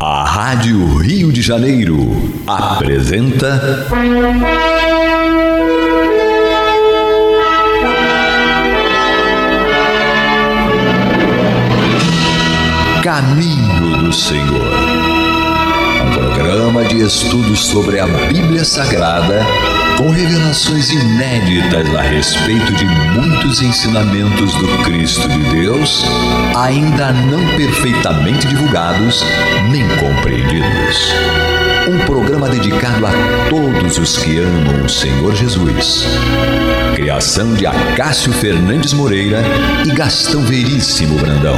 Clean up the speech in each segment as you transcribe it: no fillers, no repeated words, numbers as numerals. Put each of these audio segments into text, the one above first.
A Rádio Rio de Janeiro apresenta Caminho do Senhor, um programa de estudos sobre a Bíblia Sagrada, com revelações inéditas a respeito de muitos ensinamentos do Cristo de Deus, ainda não perfeitamente divulgados nem compreendidos. Um programa dedicado a todos os que amam o Senhor Jesus. Criação de Acácio Fernandes Moreira e Gastão Veríssimo Brandão.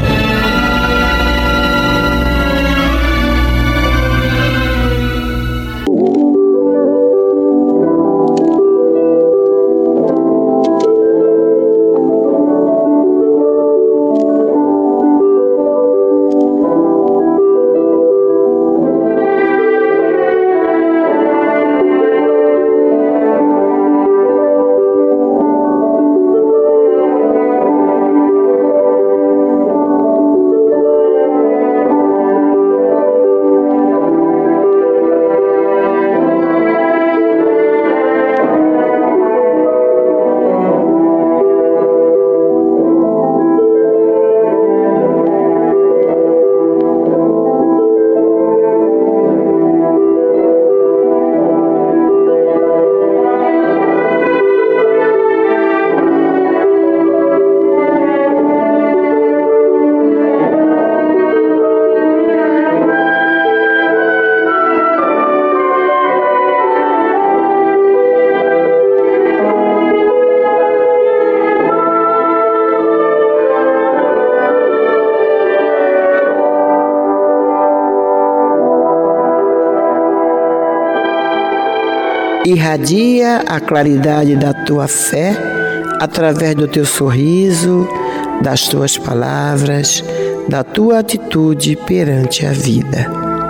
Irradia a claridade da tua fé através do teu sorriso, das tuas palavras, da tua atitude perante a vida.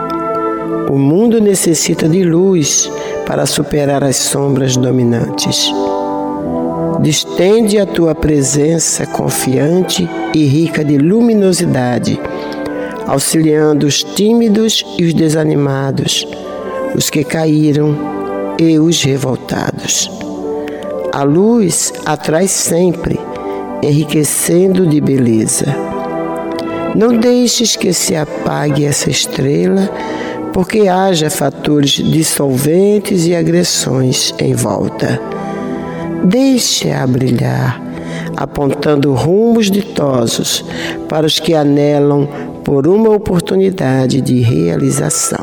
O mundo necessita de luz para superar as sombras dominantes. Distende a tua presença confiante e rica de luminosidade, auxiliando os tímidos e os desanimados, os que caíram e os revoltados. A luz atrai sempre, enriquecendo de beleza. Não deixes que se apague essa estrela, porque haja fatores dissolventes e agressões em volta. Deixe-a brilhar, apontando rumos ditosos para os que anelam por uma oportunidade de realização.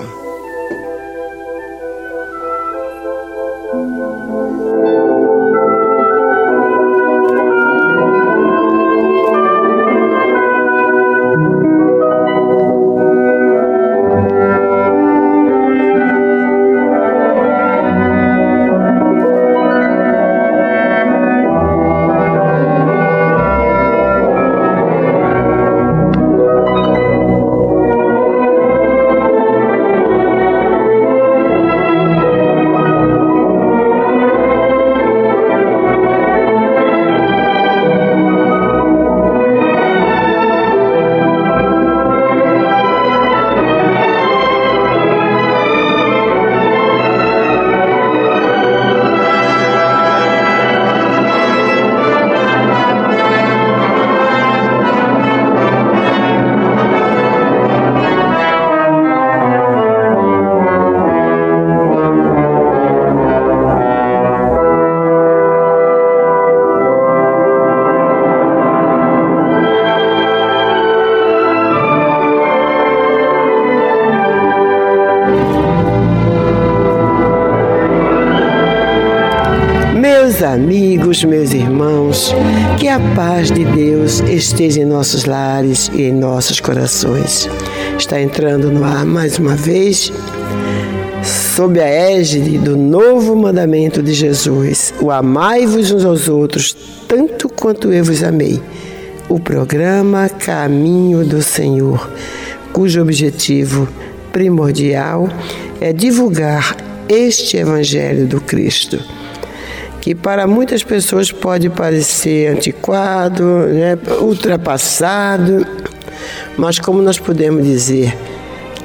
Meus amigos, meus irmãos, que a paz de Deus esteja em nossos lares e em nossos corações. Está entrando no ar mais uma vez, sob a égide do novo mandamento de Jesus, o amai-vos uns aos outros, tanto quanto eu vos amei. O programa Caminho do Senhor, cujo objetivo primordial é divulgar este Evangelho do Cristo, que para muitas pessoas pode parecer antiquado, ultrapassado, mas como nós podemos dizer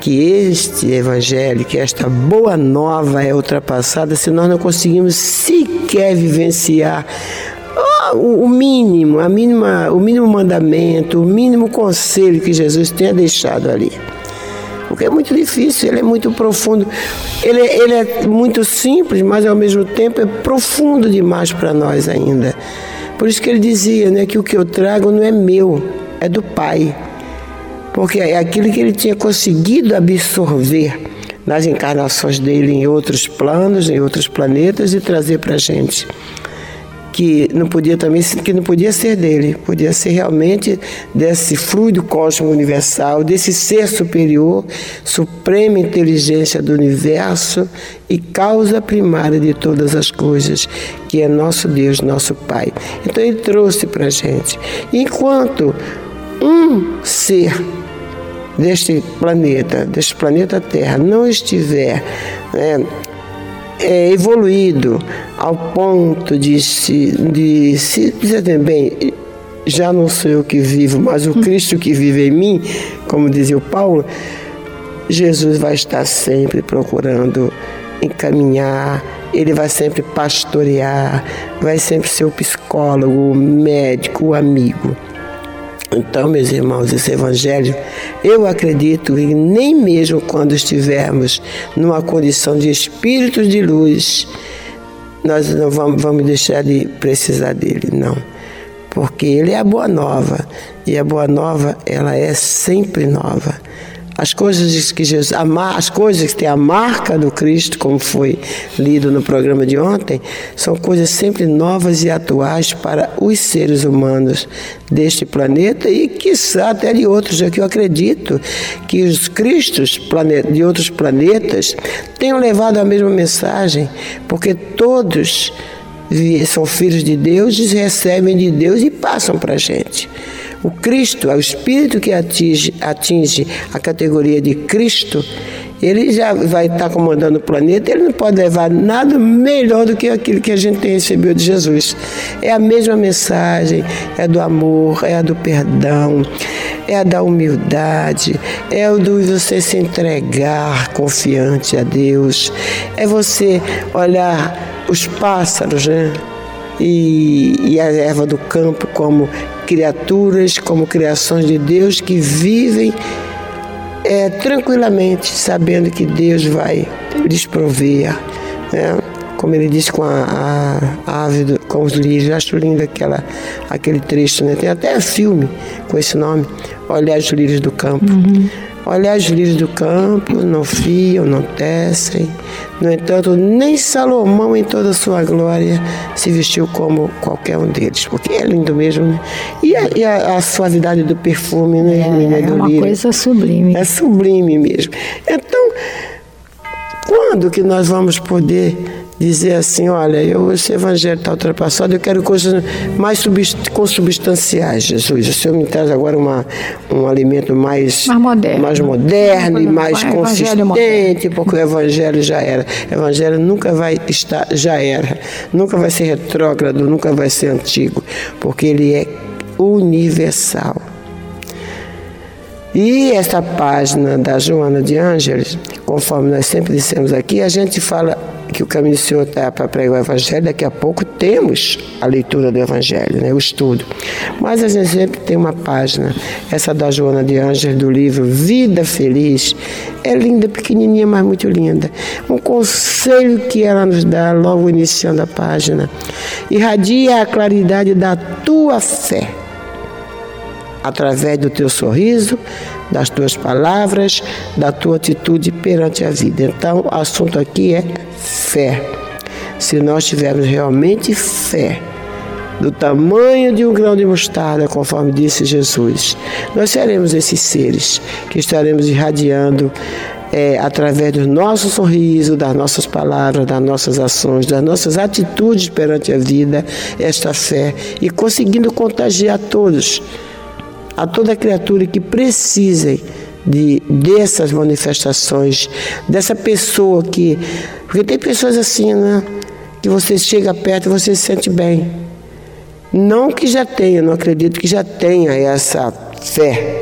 que este evangelho, que esta boa nova é ultrapassada se nós não conseguimos sequer vivenciar o mínimo mandamento, o mínimo conselho que Jesus tenha deixado ali. Porque é muito difícil, ele é muito profundo. Ele é muito simples, mas ao mesmo tempo é profundo demais para nós ainda. Por isso que ele dizia, né, que o que eu trago não é meu, é do Pai. Porque é aquilo que ele tinha conseguido absorver nas encarnações dele em outros planos, em outros planetas, e trazer para a gente. Que não podia ser dele, podia ser realmente desse fluido cósmico universal, desse ser superior, suprema inteligência do universo e causa primária de todas as coisas, que é nosso Deus, nosso Pai. Então ele trouxe para a gente. Enquanto um ser deste planeta Terra, não estiver evoluído ao ponto de se dizer bem, já não sou eu que vivo, mas o Cristo que vive em mim, como dizia o Paulo, Jesus vai estar sempre procurando encaminhar, ele vai sempre pastorear, vai sempre ser o psicólogo, o médico, o amigo. Então, meus irmãos, esse evangelho, eu acredito que nem mesmo quando estivermos numa condição de espíritos de luz, nós não vamos deixar de precisar dele, não. Porque ele é a boa nova, e a boa nova, ela é sempre nova. As coisas que têm a marca do Cristo, como foi lido no programa de ontem, são coisas sempre novas e atuais para os seres humanos deste planeta e, quiçá, até de outros. É que eu acredito que os Cristos de outros planetas tenham levado a mesma mensagem, porque todos são filhos de Deus, recebem de Deus e passam para a gente. O Cristo, o Espírito que atinge a categoria de Cristo, ele já vai estar comandando o planeta, ele não pode levar nada melhor do que aquilo que a gente tem recebido de Jesus. É a mesma mensagem, é do amor, é a do perdão, é a da humildade, é o do você se entregar confiante a Deus, é você olhar os pássaros, né? E a erva do campo como criaturas, como criações de Deus que vivem tranquilamente, sabendo que Deus vai lhes prover, né? Como ele disse com a ave, com os lírios. Acho lindo aquele trecho, né? Tem até filme com esse nome, Olhar os lírios do campo. Olhar os lírios do campo, não fiam, não tecem. No entanto, nem Salomão, em toda a sua glória, se vestiu como qualquer um deles. Porque é lindo mesmo, né? E a suavidade do perfume, né? É uma coisa sublime. É sublime mesmo. Então, quando que nós vamos poder dizer assim, olha, esse evangelho está ultrapassado, eu quero coisas mais consubstanciais, Jesus. O Senhor me traz agora um alimento mais moderno e mais consistente, porque o evangelho já era. O evangelho nunca vai estar, já era. Nunca vai ser retrógrado, nunca vai ser antigo, porque ele é universal. E esta página da Joana de Ângeles, conforme nós sempre dissemos aqui, a gente fala que o Caminho do Senhor está para pregar o Evangelho, daqui a pouco temos a leitura do Evangelho, né, o estudo. Mas a gente sempre tem uma página, essa da Joana de Ângeles, do livro Vida Feliz, é linda, pequenininha, mas muito linda. Um conselho que ela nos dá logo iniciando a página: irradia a claridade da tua fé, através do teu sorriso, das tuas palavras, da tua atitude perante a vida. Então, o assunto aqui é fé. Se nós tivermos realmente fé, do tamanho de um grão de mostarda, conforme disse Jesus, nós seremos esses seres que estaremos irradiando através do nosso sorriso, das nossas palavras, das nossas ações, das nossas atitudes perante a vida, esta fé, e conseguindo contagiar todos, a toda criatura que precisem dessas manifestações, dessa pessoa que... Porque tem pessoas assim, né? Que você chega perto e você se sente bem. Não que já tenha, não acredito que já tenha essa fé,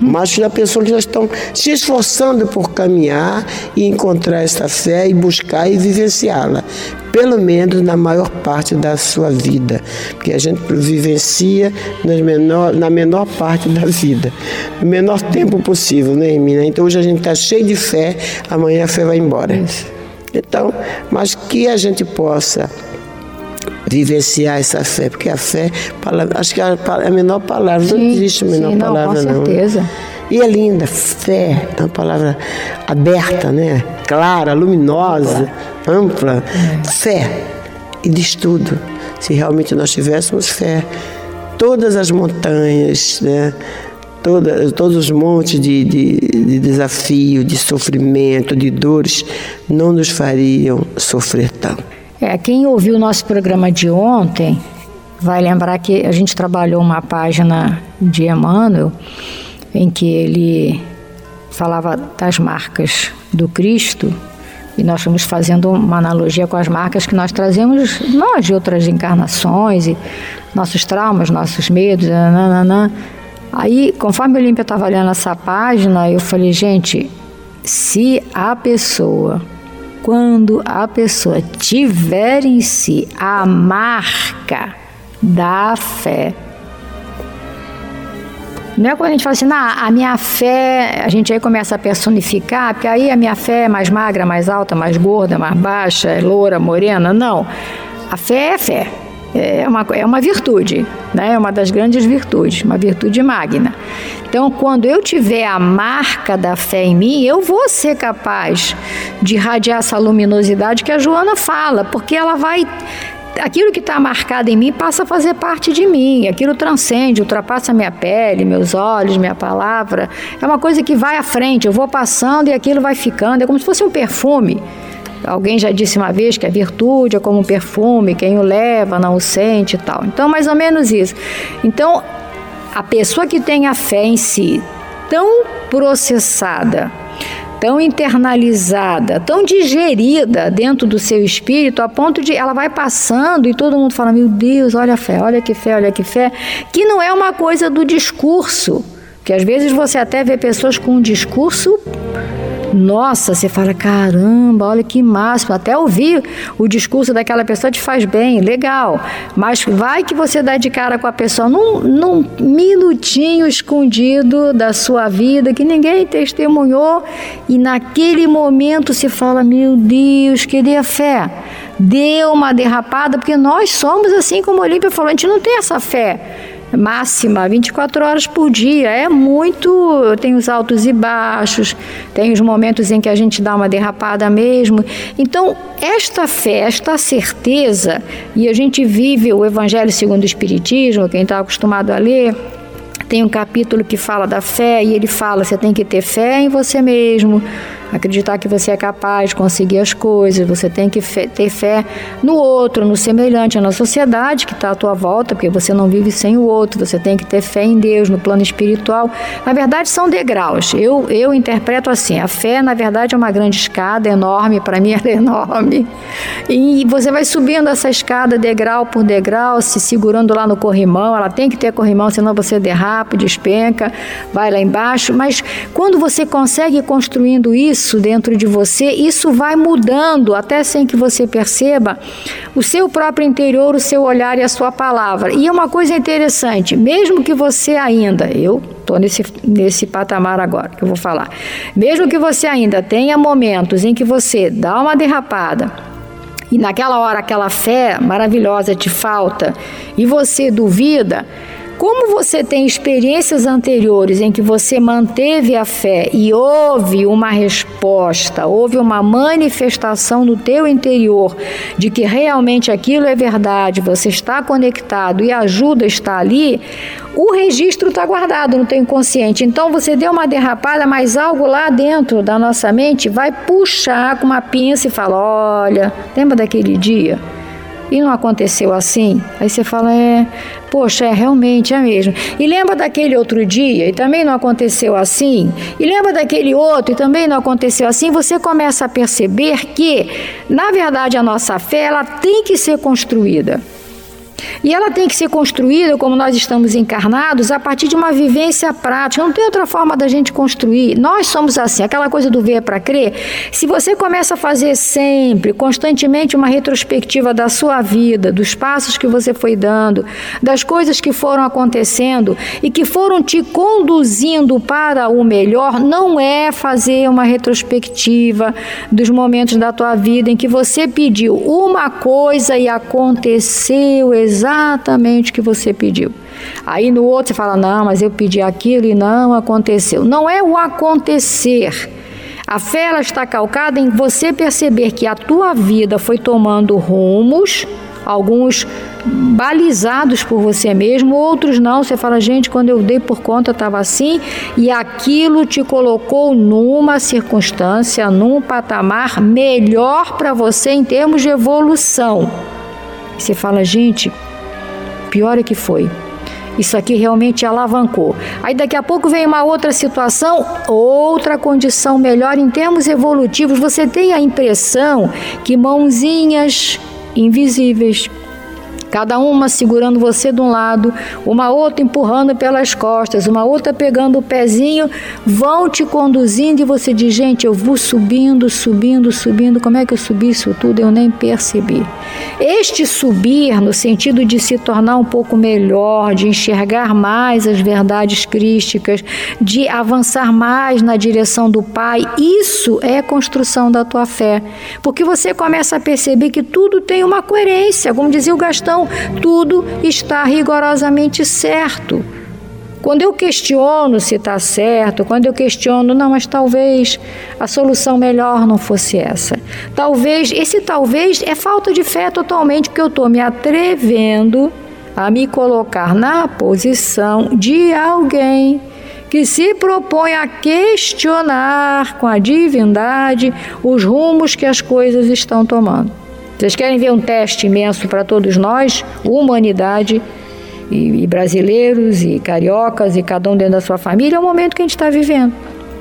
mas que já pessoas que já estão se esforçando por caminhar e encontrar essa fé e buscar e vivenciá-la, pelo menos na maior parte da sua vida, porque a gente vivencia na menor parte da vida, no menor tempo possível, né, Hermínia? Então hoje a gente está cheio de fé, amanhã a fé vai embora. Então, mas que a gente possa vivenciar essa fé, porque a fé, acho que é a menor palavra, não existe a menor palavra, não. Com certeza. E é linda, fé, é uma palavra aberta, né? Clara, luminosa, ampla. Fé, e diz tudo. Se realmente nós tivéssemos fé, todas as montanhas, né? Todos os montes de desafio, de sofrimento, de dores, não nos fariam sofrer tanto. Quem ouviu o nosso programa de ontem vai lembrar que a gente trabalhou uma página de Emmanuel em que ele falava das marcas do Cristo, e nós fomos fazendo uma analogia com as marcas que nós trazemos nós de outras encarnações, e nossos traumas, nossos medos, nananã. Aí, conforme o Olímpia estava lendo essa página, eu falei, gente, quando a pessoa tiver em si a marca da fé, não é quando a gente fala assim, a minha fé, a gente aí começa a personificar, porque aí a minha fé é mais magra, mais alta, mais gorda, mais baixa, é loura, morena, não. A fé é fé. É uma virtude, né? É uma das grandes virtudes, uma virtude magna. Então, quando eu tiver a marca da fé em mim, eu vou ser capaz de irradiar essa luminosidade que a Joana fala, porque ela vai... Aquilo que está marcado em mim passa a fazer parte de mim, aquilo transcende, ultrapassa minha pele, meus olhos, minha palavra. É uma coisa que vai à frente, eu vou passando e aquilo vai ficando, é como se fosse um perfume. Alguém já disse uma vez que a virtude é como um perfume, quem o leva não o sente e tal. Então, mais ou menos isso. Então, a pessoa que tem a fé em si tão processada, tão internalizada, tão digerida dentro do seu espírito, a ponto de ela vai passando e todo mundo fala, meu Deus, olha a fé, olha que fé, que não é uma coisa do discurso, que às vezes você até vê pessoas com um discurso, nossa, você fala, caramba, olha que máximo, até ouvir o discurso daquela pessoa te faz bem, legal, mas vai que você dá de cara com a pessoa num minutinho escondido da sua vida, que ninguém testemunhou, e naquele momento se fala, meu Deus, cadê a fé? Deu uma derrapada, porque nós somos assim como a Olímpia falou, a gente não tem essa fé máxima, 24 horas por dia, é muito, tem os altos e baixos, tem os momentos em que a gente dá uma derrapada mesmo. Então, esta fé, esta certeza, e a gente vive o Evangelho segundo o Espiritismo, quem está acostumado a ler, tem um capítulo que fala da fé, e ele fala, você tem que ter fé em você mesmo, acreditar que você é capaz de conseguir as coisas, você tem que ter fé no outro, no semelhante, na sociedade que está à tua volta, porque você não vive sem o outro, você tem que ter fé em Deus, no plano espiritual. Na verdade, são degraus. Eu interpreto assim, a fé, na verdade, é uma grande escada, enorme, para mim ela é enorme, e você vai subindo essa escada degrau por degrau, se segurando lá no corrimão, ela tem que ter corrimão, senão você derrapa, despenca, vai lá embaixo, mas quando você consegue ir construindo isso dentro de você, isso vai mudando, até sem que você perceba, o seu próprio interior, o seu olhar e a sua palavra. E é uma coisa interessante, mesmo que você ainda, eu estou nesse patamar agora que eu vou falar, mesmo que você ainda tenha momentos em que você dá uma derrapada, e naquela hora aquela fé maravilhosa te falta, e você duvida, como você tem experiências anteriores em que você manteve a fé e houve uma resposta, houve uma manifestação no teu interior de que realmente aquilo é verdade, você está conectado e a ajuda está ali, o registro está guardado no teu inconsciente. Então você deu uma derrapada, mas algo lá dentro da nossa mente vai puxar com uma pinça e fala, olha, lembra daquele dia? E não aconteceu assim? Aí você fala, poxa, realmente, é mesmo. E lembra daquele outro dia e também não aconteceu assim? E lembra daquele outro e também não aconteceu assim? Você começa a perceber que, na verdade, a nossa fé, ela tem que ser construída. E ela tem que ser construída, como nós estamos encarnados, a partir de uma vivência prática. Não tem outra forma da gente construir. Nós somos assim, aquela coisa do ver para crer. Se você começa a fazer sempre, constantemente, uma retrospectiva da sua vida, dos passos que você foi dando, das coisas que foram acontecendo e que foram te conduzindo para o melhor, não é fazer uma retrospectiva dos momentos da tua vida em que você pediu uma coisa e aconteceu exatamente o que você pediu. Aí no outro você fala, não, mas eu pedi aquilo e não aconteceu. Não é o acontecer. A fé, ela está calcada em você perceber que a tua vida foi tomando rumos, alguns balizados por você mesmo, outros não. Você fala, gente, quando eu dei por conta estava assim, e aquilo te colocou numa circunstância, num patamar melhor para você em termos de evolução. Você fala, gente, pior é que foi. Isso aqui realmente alavancou. Aí daqui a pouco vem uma outra situação, outra condição melhor em termos evolutivos. Você tem a impressão que mãozinhas invisíveis, cada uma segurando você de um lado, uma outra empurrando pelas costas, uma outra pegando o pezinho, vão te conduzindo e você diz, gente, eu vou subindo, como é que eu subi isso tudo? Eu nem percebi. Este subir, no sentido de se tornar um pouco melhor, de enxergar mais as verdades crísticas, de avançar mais na direção do Pai, isso é construção da tua fé, porque você começa a perceber que tudo tem uma coerência, como dizia o Gastão, tudo está rigorosamente certo. Quando eu questiono se está certo, quando eu questiono, não, mas talvez a solução melhor não fosse essa. Talvez, esse talvez é falta de fé totalmente, porque eu estou me atrevendo a me colocar na posição de alguém que se propõe a questionar com a divindade os rumos que as coisas estão tomando. Vocês querem ver um teste imenso para todos nós, humanidade, e brasileiros, e cariocas, e cada um dentro da sua família, é o momento que a gente está vivendo.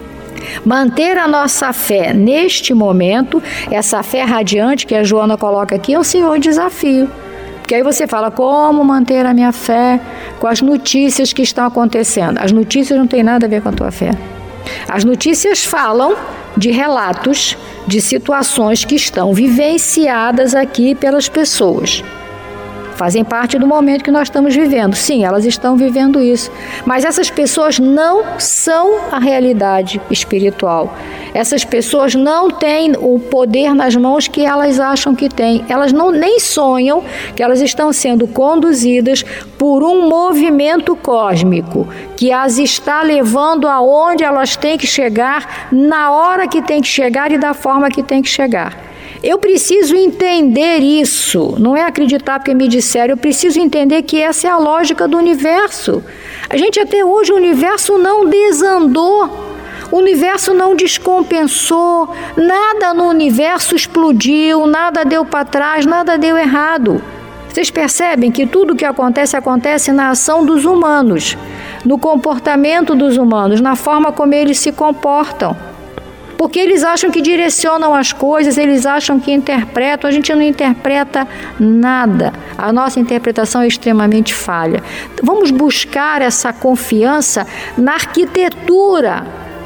Manter a nossa fé neste momento, essa fé radiante que a Joana coloca aqui, é um senhor desafio. Porque aí você fala, como manter a minha fé com as notícias que estão acontecendo? As notícias não têm nada a ver com a tua fé. As notícias falam de relatos, de situações que estão vivenciadas aqui pelas pessoas. Fazem parte do momento que nós estamos vivendo. Sim, elas estão vivendo isso. Mas essas pessoas não são a realidade espiritual. Essas pessoas não têm o poder nas mãos que elas acham que têm. Elas nem sonham que elas estão sendo conduzidas por um movimento cósmico que as está levando aonde elas têm que chegar, na hora que tem que chegar e da forma que tem que chegar. Eu preciso entender isso, não é acreditar porque me disseram, eu preciso entender que essa é a lógica do universo. A gente até hoje, o universo não desandou, o universo não descompensou, nada no universo explodiu, nada deu para trás, nada deu errado. Vocês percebem que tudo que acontece, acontece na ação dos humanos, no comportamento dos humanos, na forma como eles se comportam. Porque eles acham que direcionam as coisas, eles acham que interpretam, a gente não interpreta nada. A nossa interpretação é extremamente falha. Vamos buscar essa confiança na arquitetura.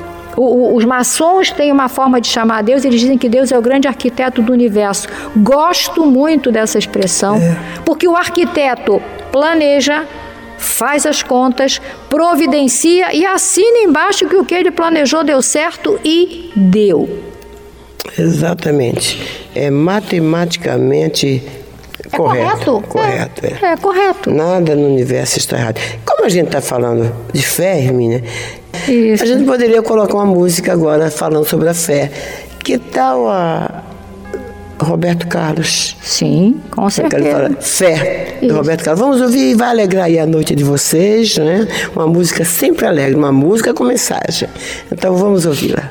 Os maçons têm uma forma de chamar Deus, eles dizem que Deus é o grande arquiteto do universo. Gosto muito dessa expressão, porque o arquiteto planeja, faz as contas, providencia e assina embaixo que o que ele planejou deu certo e deu. Exatamente. É matematicamente correto. Correto. É correto. Nada no universo está errado. Como a gente está falando de fé, Hermínia, isso, a gente poderia colocar uma música agora falando sobre a fé. Que tal a Roberto Carlos? Sim, com certeza. Fé, do Roberto Carlos. Vamos ouvir e vai alegrar aí a noite de vocês, né? Uma música sempre alegre, uma música com mensagem. Então vamos ouvi-la.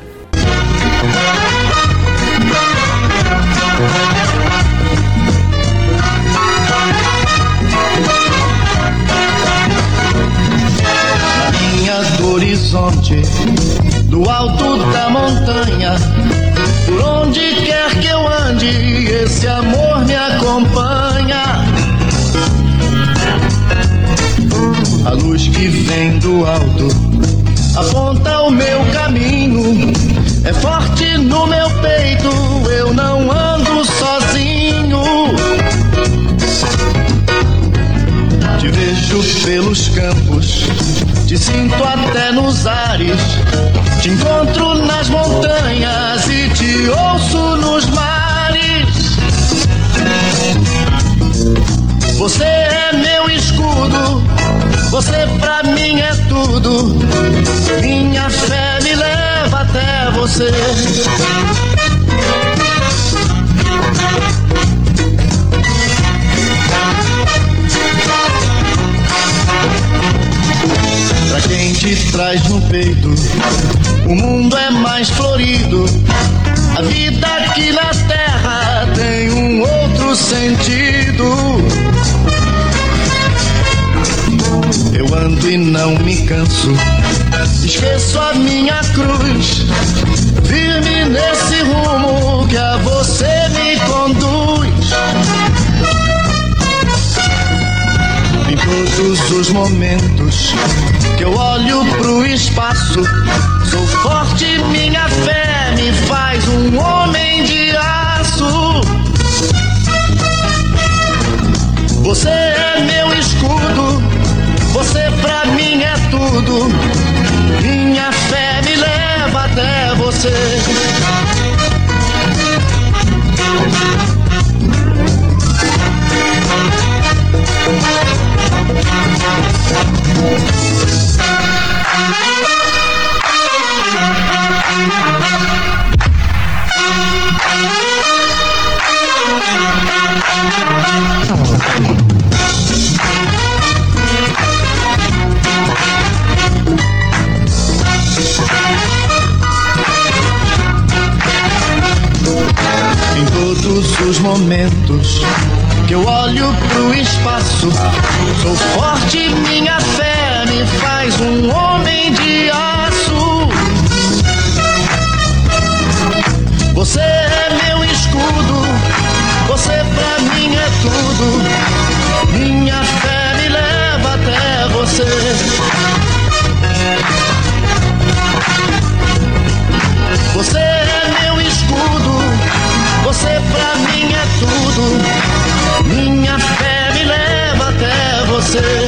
Na linha do horizonte, do alto da montanha, por onde quer que eu ande, esse amor me acompanha. luz que vem do alto aponta o meu caminho, é forte no meu peito, eu não ando sozinho. Te vejo pelos campos, te sinto até nos ares, te encontro nas montanhas e te ouço nos mares. Você é meu escudo, você pra mim é tudo, minha fé me leva até você. Pra quem te traz no peito, o mundo é mais florido, a vida aqui na terra tem um outro sentido. Eu ando e não me canso, esqueço a minha cruz, firme nesse rumo que a você me conduz. Em todos os momentos que eu olho pro espaço, sou forte, minha fé me faz um homem de aço. Você é meu escudo, você pra mim é tudo, minha fé me leva até você. Em todos os momentos que eu olho pro espaço, sou forte, minha fé me faz um homem de aço. Você é meu escudo, você pra mim é tudo, minha fé me leva até você. Você é meu escudo, você pra mim é tudo, minha fé me leva até você.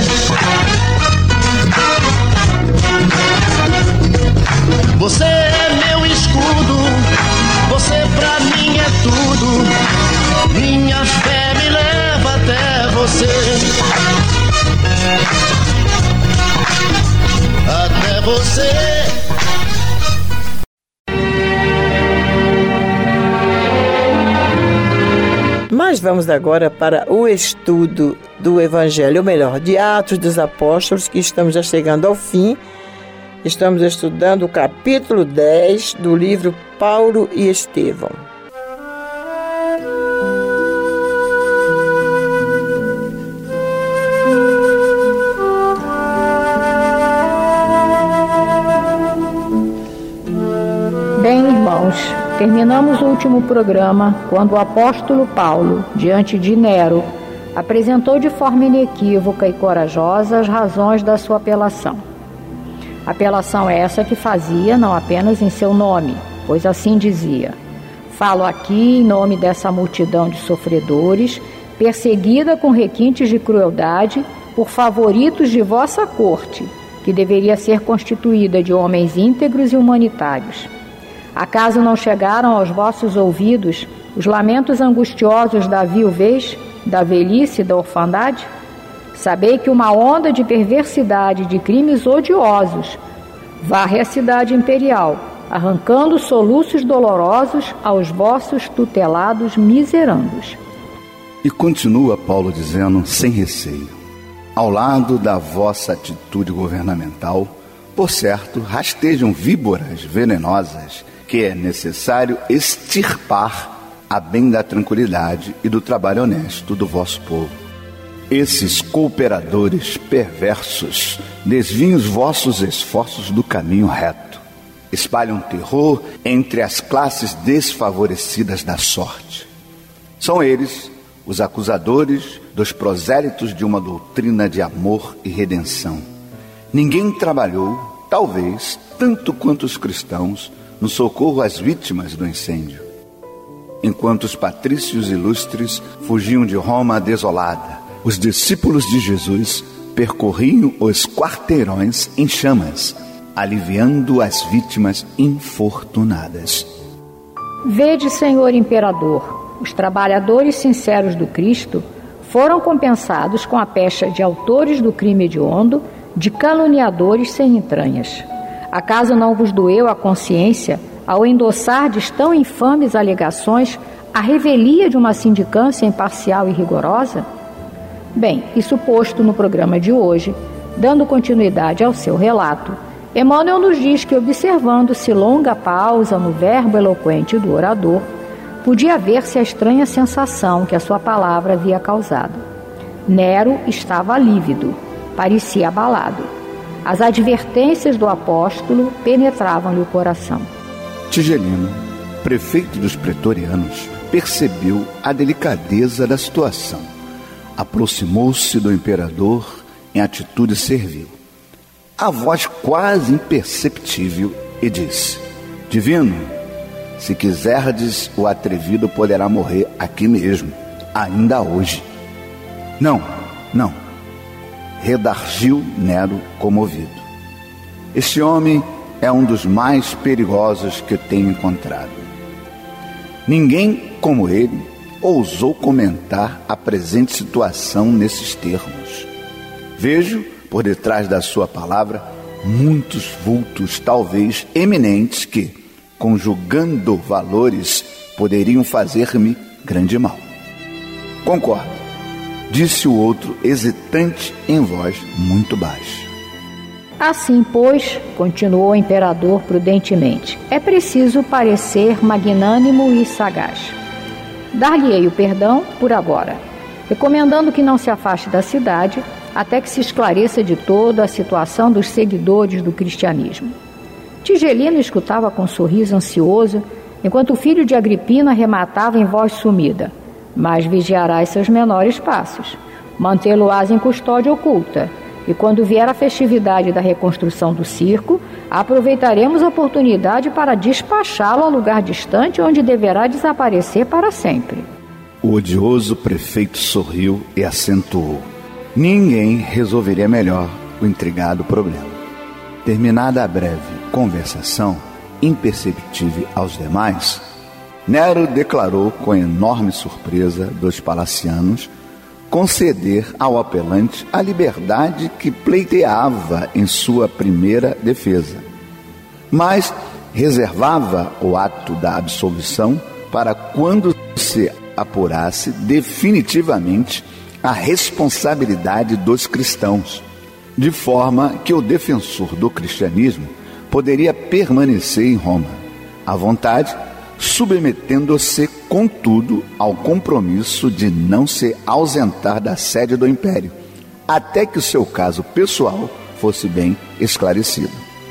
Você é meu escudo, você pra mim é tudo, minha fé me leva até você. Até você. Mas vamos agora para o estudo do Evangelho, ou melhor, de Atos dos Apóstolos, que estamos já chegando ao fim. Estamos estudando o capítulo 10 do livro Paulo e Estevão. Bem, irmãos, terminamos o último programa quando o apóstolo Paulo, diante de Nero, apresentou de forma inequívoca e corajosa as razões da sua apelação. Apelação essa que fazia não apenas em seu nome, pois assim dizia: falo aqui em nome dessa multidão de sofredores, perseguida com requintes de crueldade por favoritos de vossa corte, que deveria ser constituída de homens íntegros e humanitários. Acaso não chegaram aos vossos ouvidos os lamentos angustiosos da viuvez, da velhice e da orfandade? Sabei que uma onda de perversidade e de crimes odiosos varre a cidade imperial, arrancando soluços dolorosos aos vossos tutelados miserandos. E continua Paulo dizendo, sem receio: ao lado da vossa atitude governamental, por certo, rastejam víboras venenosas que é necessário extirpar a bem da tranquilidade e do trabalho honesto do vosso povo. Esses cooperadores perversos desviam os vossos esforços do caminho reto, espalham terror entre as classes desfavorecidas da sorte. São eles os acusadores dos prosélitos de uma doutrina de amor e redenção, Ninguém trabalhou, talvez, tanto quanto os cristãos, no socorro às vítimas do incêndio. Enquanto os patrícios ilustres fugiam de Roma desolada, os discípulos de Jesus percorriam os quarteirões em chamas, aliviando as vítimas infortunadas. Vede, Senhor Imperador, os trabalhadores sinceros do Cristo foram compensados com a pecha de autores do crime hediondo, de caluniadores sem entranhas. Acaso não vos doeu a consciência ao endossardes tão infames alegações a revelia de uma sindicância imparcial e rigorosa? Bem, isso posto no programa de hoje, dando continuidade ao seu relato, Emmanuel nos diz que, observando-se longa pausa no verbo eloquente do orador, podia ver-se a estranha sensação que a sua palavra havia causado. Nero estava lívido, parecia abalado. As advertências do apóstolo penetravam-lhe o coração. Tigelino, prefeito dos pretorianos, percebeu a delicadeza da situação. Aproximou-se do imperador em atitude servil. A voz quase imperceptível, e disse: Divino, se quiserdes, o atrevido poderá morrer aqui mesmo, ainda hoje. Não, redarguiu Nero comovido. Este homem é um dos mais perigosos que tenho encontrado. Ninguém como ele ousou comentar a presente situação nesses termos. Vejo, por detrás da sua palavra, muitos vultos, talvez eminentes, que, conjugando valores, poderiam fazer-me grande mal. Concordo, disse o outro, hesitante, em voz muito baixa. Assim, pois, continuou o imperador prudentemente, é preciso parecer magnânimo e sagaz. Dar-lhe-ei o perdão por agora, recomendando que não se afaste da cidade até que se esclareça de todo a situação dos seguidores do cristianismo. Tigelino escutava com um sorriso ansioso, enquanto o filho de Agripina rematava em voz sumida: mas vigiarás seus menores passos, mantê-lo-ás em custódia oculta, e quando vier a festividade da reconstrução do circo, aproveitaremos a oportunidade para despachá-lo a lugar distante onde deverá desaparecer para sempre. O odioso prefeito sorriu e acentuou: ninguém resolveria melhor o intrigado problema. Terminada a breve conversação, imperceptível aos demais, Nero declarou com enorme surpresa dos palacianos conceder ao apelante a liberdade que pleiteava em sua primeira defesa, mas reservava o ato da absolvição para quando se apurasse definitivamente a responsabilidade dos cristãos, de forma que o defensor do cristianismo poderia permanecer em Roma, à vontade, submetendo-se, contudo, ao compromisso de não se ausentar da sede do império, até que o seu caso pessoal fosse bem esclarecido.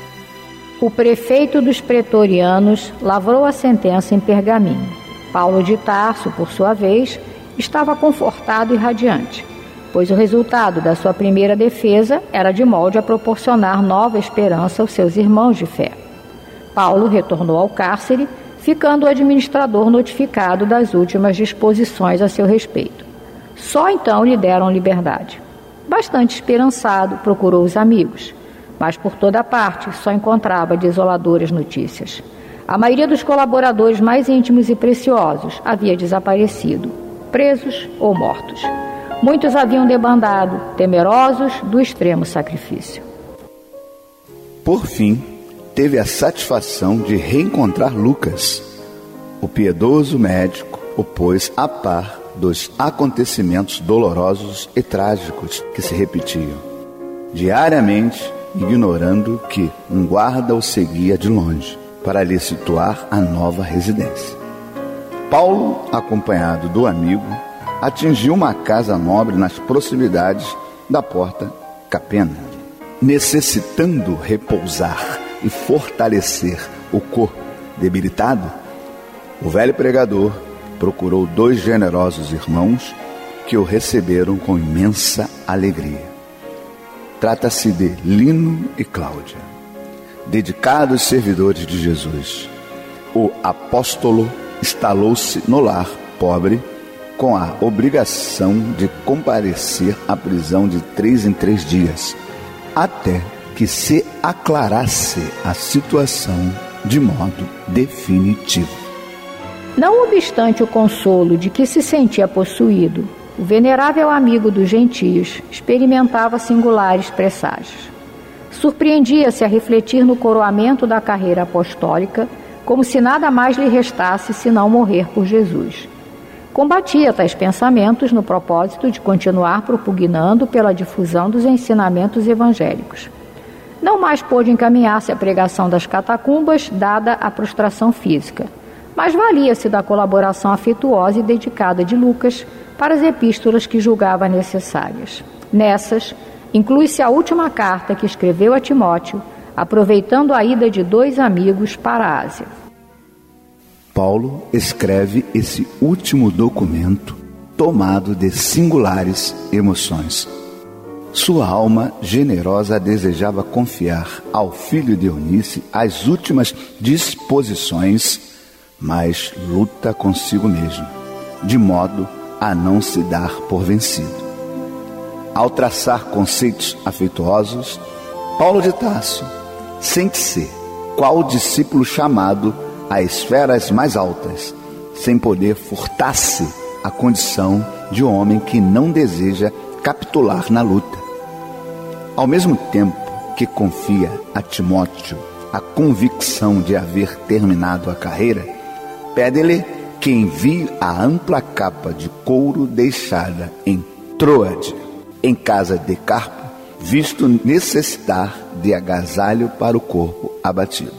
O prefeito dos pretorianos lavrou a sentença em pergaminho. Paulo de Tarso, por sua vez, estava confortado e radiante, pois o resultado da sua primeira defesa era de molde a proporcionar nova esperança aos seus irmãos de fé. Paulo retornou ao cárcere, ficando o administrador notificado das últimas disposições a seu respeito. Só então lhe deram liberdade. Bastante esperançado, procurou os amigos, mas por toda parte só encontrava desoladoras notícias. A maioria dos colaboradores mais íntimos e preciosos havia desaparecido, presos ou mortos. Muitos haviam debandado, temerosos do extremo sacrifício. Por fim, teve a satisfação de reencontrar Lucas. O piedoso médico o pôs a par dos acontecimentos dolorosos e trágicos que se repetiam, diariamente ignorando que um guarda o seguia de longe para lhe situar a nova residência. Paulo, acompanhado do amigo, atingiu uma casa nobre nas proximidades da porta Capena. Necessitando repousar e fortalecer o corpo debilitado, o velho pregador procurou 2 generosos irmãos que o receberam com imensa alegria. Trata-se de Lino e Cláudia, dedicados servidores de Jesus. O apóstolo instalou-se no lar pobre com a obrigação de comparecer à prisão de 3 em 3 dias, até que se aclarasse a situação de modo definitivo. Não obstante o consolo de que se sentia possuído, o venerável amigo dos gentios experimentava singulares presságios. Surpreendia-se a refletir no coroamento da carreira apostólica, como se nada mais lhe restasse senão morrer por Jesus. Combatia tais pensamentos no propósito de continuar propugnando pela difusão dos ensinamentos evangélicos. Não mais pôde encaminhar-se à pregação das catacumbas, dada a prostração física, mas valia-se da colaboração afetuosa e dedicada de Lucas para as epístolas que julgava necessárias. Nessas, inclui-se a última carta que escreveu a Timóteo, aproveitando a ida de 2 amigos para a Ásia. Paulo escreve esse último documento tomado de singulares emoções. Sua alma generosa desejava confiar ao filho de Eunice as últimas disposições, mas luta consigo mesmo, de modo a não se dar por vencido. Ao traçar conceitos afetuosos, Paulo de Tarso sente-se qual discípulo chamado a esferas mais altas, sem poder furtar-se a condição de homem que não deseja capitular na luta. Ao mesmo tempo que confia a Timóteo a convicção de haver terminado a carreira, pede-lhe que envie a ampla capa de couro deixada em Troade, em casa de Carpo, visto necessitar de agasalho para o corpo abatido.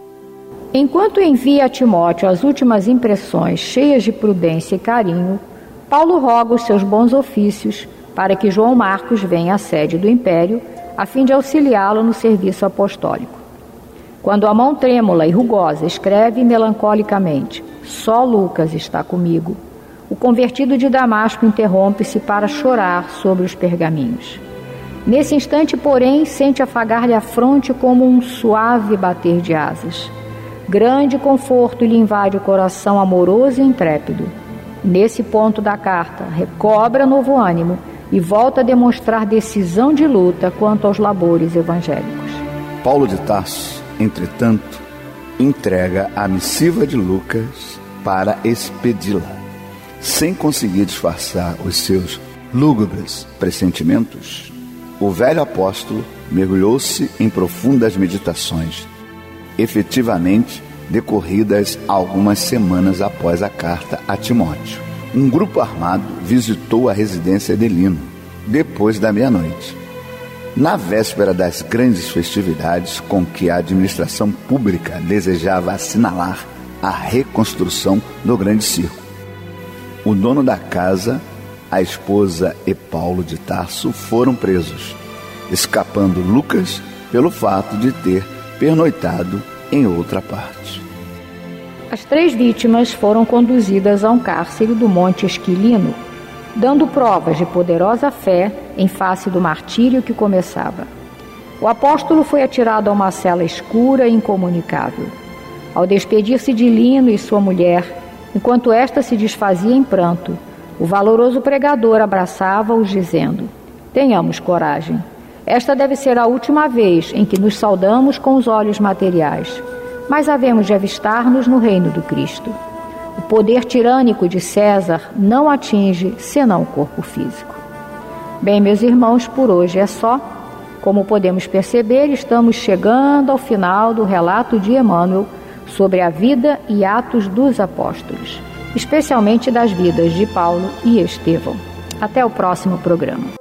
Enquanto envia a Timóteo as últimas impressões cheias de prudência e carinho, Paulo roga os seus bons ofícios para que João Marcos venha à sede do Império, a fim de auxiliá-lo no serviço apostólico. Quando a mão trêmula e rugosa escreve melancolicamente: "Só Lucas está comigo", o convertido de Damasco interrompe-se para chorar sobre os pergaminhos. Nesse instante, porém, sente afagar-lhe a fronte como um suave bater de asas. Grande conforto lhe invade o coração amoroso e intrépido. Nesse ponto da carta, recobra novo ânimo e volta a demonstrar decisão de luta quanto aos labores evangélicos. Paulo de Tarso, entretanto, entrega a missiva de Lucas para expedi-la. Sem conseguir disfarçar os seus lúgubres pressentimentos, o velho apóstolo mergulhou-se em profundas meditações, efetivamente decorridas algumas semanas após a carta a Timóteo. Um grupo armado visitou a residência de Lino, depois da meia-noite, na véspera das grandes festividades com que a administração pública desejava assinalar a reconstrução do grande circo. O dono da casa, a esposa e Paulo de Tarso foram presos, escapando Lucas pelo fato de ter pernoitado em outra parte. As 3 vítimas foram conduzidas a um cárcere do Monte Esquilino, dando provas de poderosa fé em face do martírio que começava. O apóstolo foi atirado a uma cela escura e incomunicável. Ao despedir-se de Lino e sua mulher, enquanto esta se desfazia em pranto, o valoroso pregador abraçava-os dizendo: "Tenhamos coragem. Esta deve ser a última vez em que nos saudamos com os olhos materiais, mas havemos de avistar-nos no reino do Cristo. O poder tirânico de César não atinge senão o corpo físico." Bem, meus irmãos, por hoje é só. Como podemos perceber, estamos chegando ao final do relato de Emmanuel sobre a vida e atos dos apóstolos, especialmente das vidas de Paulo e Estevão. Até o próximo programa.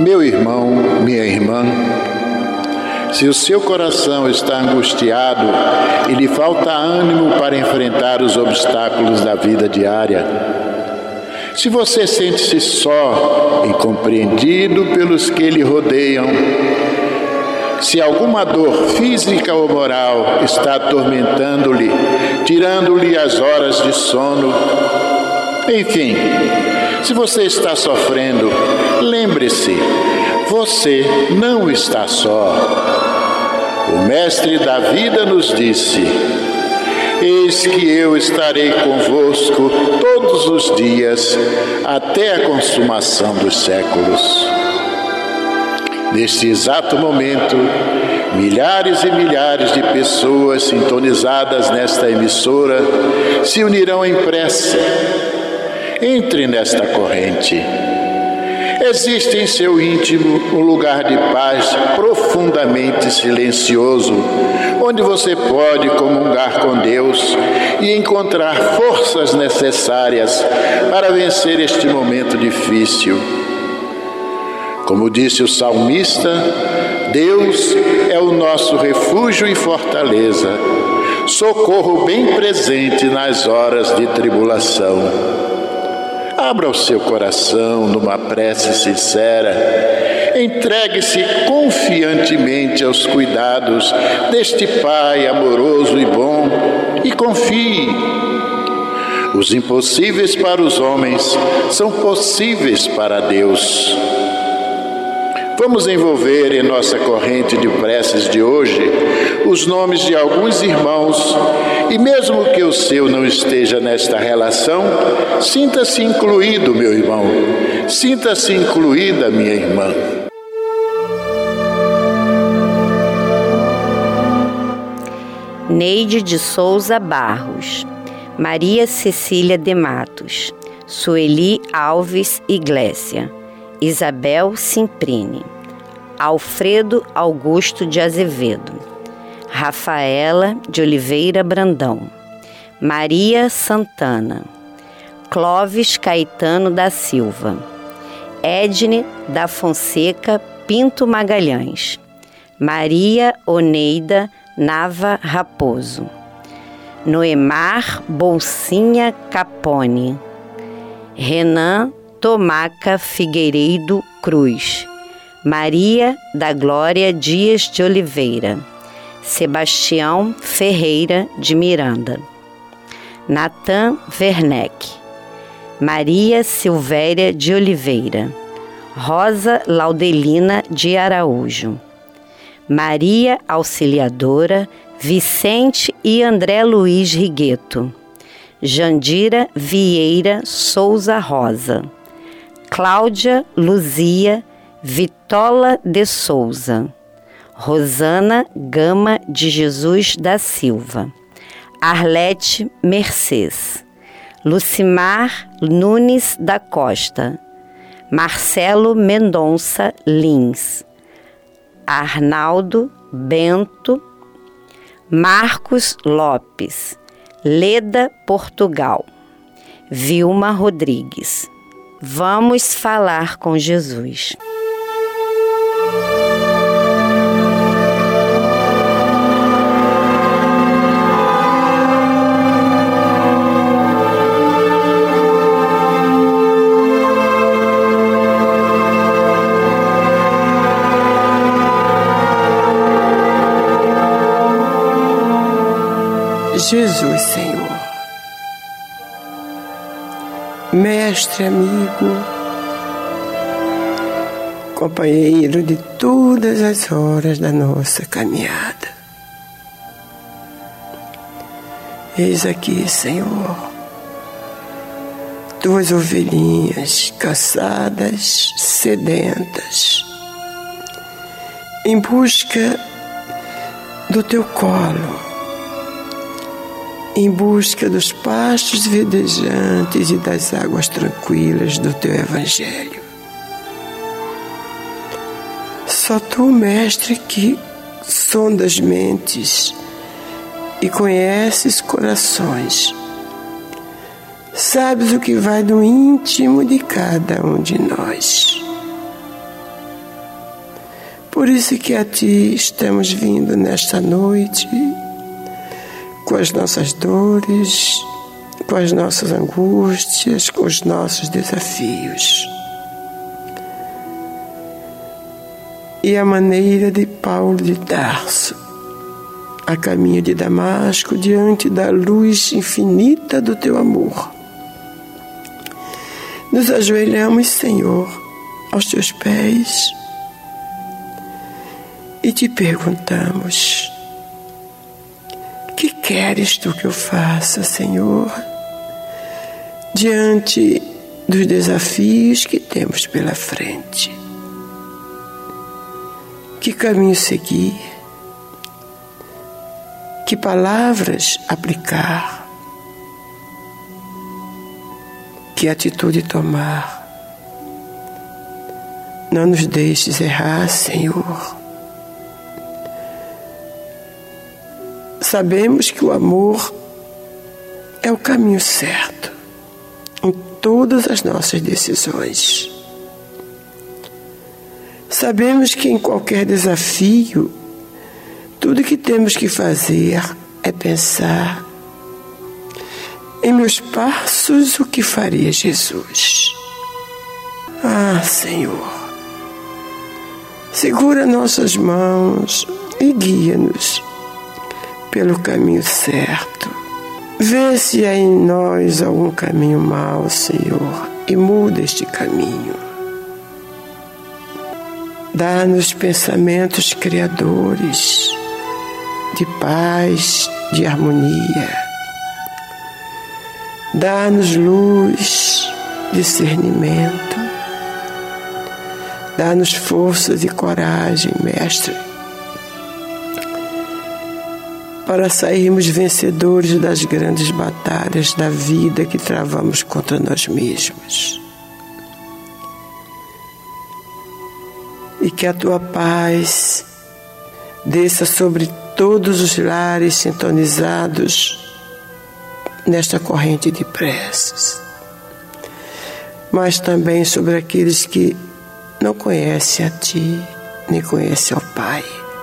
Meu irmão, minha irmã, se o seu coração está angustiado e lhe falta ânimo para enfrentar os obstáculos da vida diária, se você sente-se só, incompreendido pelos que lhe rodeiam, se alguma dor física ou moral está atormentando-lhe, tirando-lhe as horas de sono, enfim, se você está sofrendo, lembre-se, você não está só. O Mestre da vida nos disse: eis que eu estarei convosco todos os dias, até a consumação dos séculos. Neste exato momento, milhares e milhares de pessoas sintonizadas nesta emissora se unirão em prece. Entre nesta corrente. Existe em seu íntimo um lugar de paz profundamente silencioso, onde você pode comungar com Deus e encontrar forças necessárias para vencer este momento difícil. Como disse o salmista, Deus é o nosso refúgio e fortaleza, socorro bem presente nas horas de tribulação. Abra o seu coração numa prece sincera, entregue-se confiantemente aos cuidados deste Pai amoroso e bom e confie. Os impossíveis para os homens são possíveis para Deus. Vamos envolver em nossa corrente de preces de hoje os nomes de alguns irmãos e mesmo que o seu não esteja nesta relação, sinta-se incluído, meu irmão, sinta-se incluída, minha irmã. Neide de Souza Barros, Maria Cecília de Matos, Sueli Alves Iglésia, Isabel Simprini, Alfredo Augusto de Azevedo, Rafaela de Oliveira Brandão, Maria Santana, Clóvis Caetano da Silva, Edne da Fonseca Pinto Magalhães, Maria Oneida Nava Raposo, Noemar Bolsinha Capone, Renan Tomaca Figueiredo Cruz, Maria da Glória Dias de Oliveira, Sebastião Ferreira de Miranda, Natan Werneck, Maria Silvéria de Oliveira, Rosa Laudelina de Araújo, Maria Auxiliadora Vicente e André Luiz Rigueto, Jandira Vieira Souza Rosa, Cláudia Luzia Vitola de Souza, Rosana Gama de Jesus da Silva, Arlete Mercês, Lucimar Nunes da Costa, Marcelo Mendonça Lins, Arnaldo Bento, Marcos Lopes, Leda Portugal, Vilma Rodrigues. Vamos falar com Jesus. Jesus, Senhor, mestre, amigo, companheiro de todas as horas da nossa caminhada. Eis aqui, Senhor, tuas ovelhinhas cansadas, sedentas, em busca do teu colo, em busca dos pastos verdejantes e das águas tranquilas do teu Evangelho. Só tu, mestre, que sondas mentes e conheces corações, sabes o que vai do íntimo de cada um de nós. por isso que a Ti estamos vindo nesta noite, com as nossas dores, com as nossas angústias, com os nossos desafios. E a maneira de Paulo de Tarso, a caminho de Damasco, diante da luz infinita do Teu amor. Nos ajoelhamos, Senhor, aos Teus pés e Te perguntamos: que queres Tu que eu faça, Senhor, diante dos desafios que temos pela frente? Que caminho seguir? Que palavras aplicar? Que atitude tomar? Não nos deixes errar, Senhor. Sabemos que o amor é o caminho certo em todas as nossas decisões. Sabemos que em qualquer desafio, tudo que temos que fazer é pensar: em meus passos, o que faria Jesus? Ah, Senhor, segura nossas mãos e guia-nos pelo caminho certo. Vê se há em nós algum caminho mau, Senhor, e muda este caminho. Dá-nos pensamentos criadores, de paz, de harmonia. Dá-nos luz, discernimento. Dá-nos forças e coragem, Mestre, para sairmos vencedores das grandes batalhas da vida que travamos contra nós mesmos. E que a Tua paz desça sobre todos os lares sintonizados nesta corrente de preces, mas também sobre aqueles que não conhecem a Ti, nem conhecem ao Pai.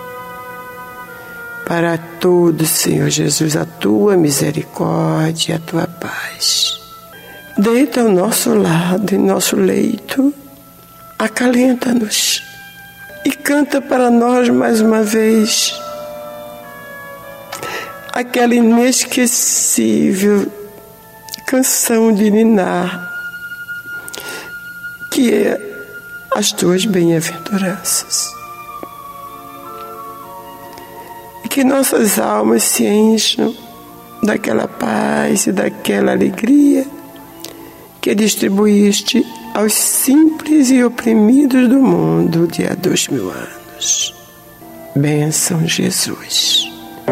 Para todos, Senhor Jesus, a Tua misericórdia e a Tua paz. Deita ao nosso lado, em nosso leito, acalenta-nos e canta para nós mais uma vez aquela inesquecível canção de ninar, que é as Tuas bem-aventuranças. E que nossas almas se encham daquela paz e daquela alegria que distribuíste aos simples e oprimidos do mundo de há 2000 anos. Bênção, Jesus.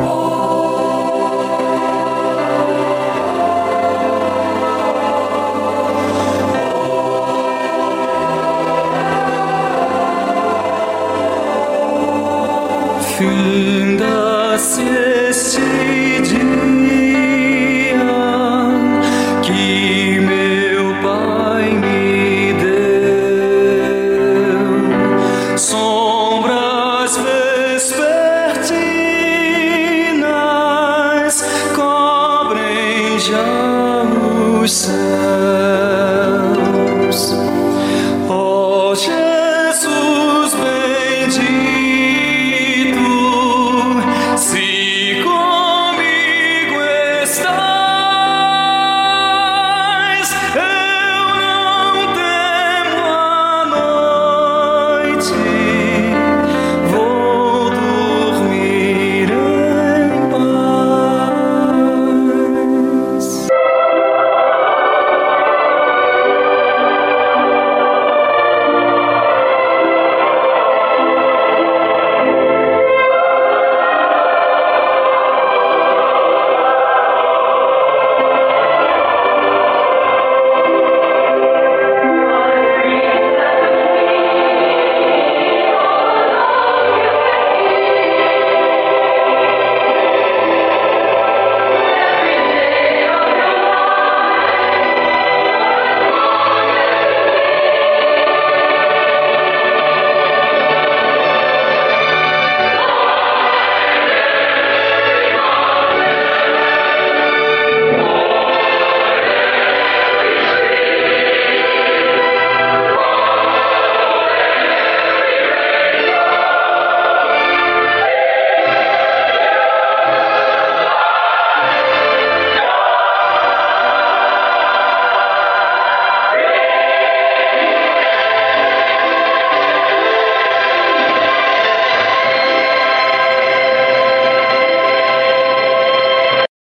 Finda-se este dia que meu Pai me deu, sombras vespertinas cobrem já os céus.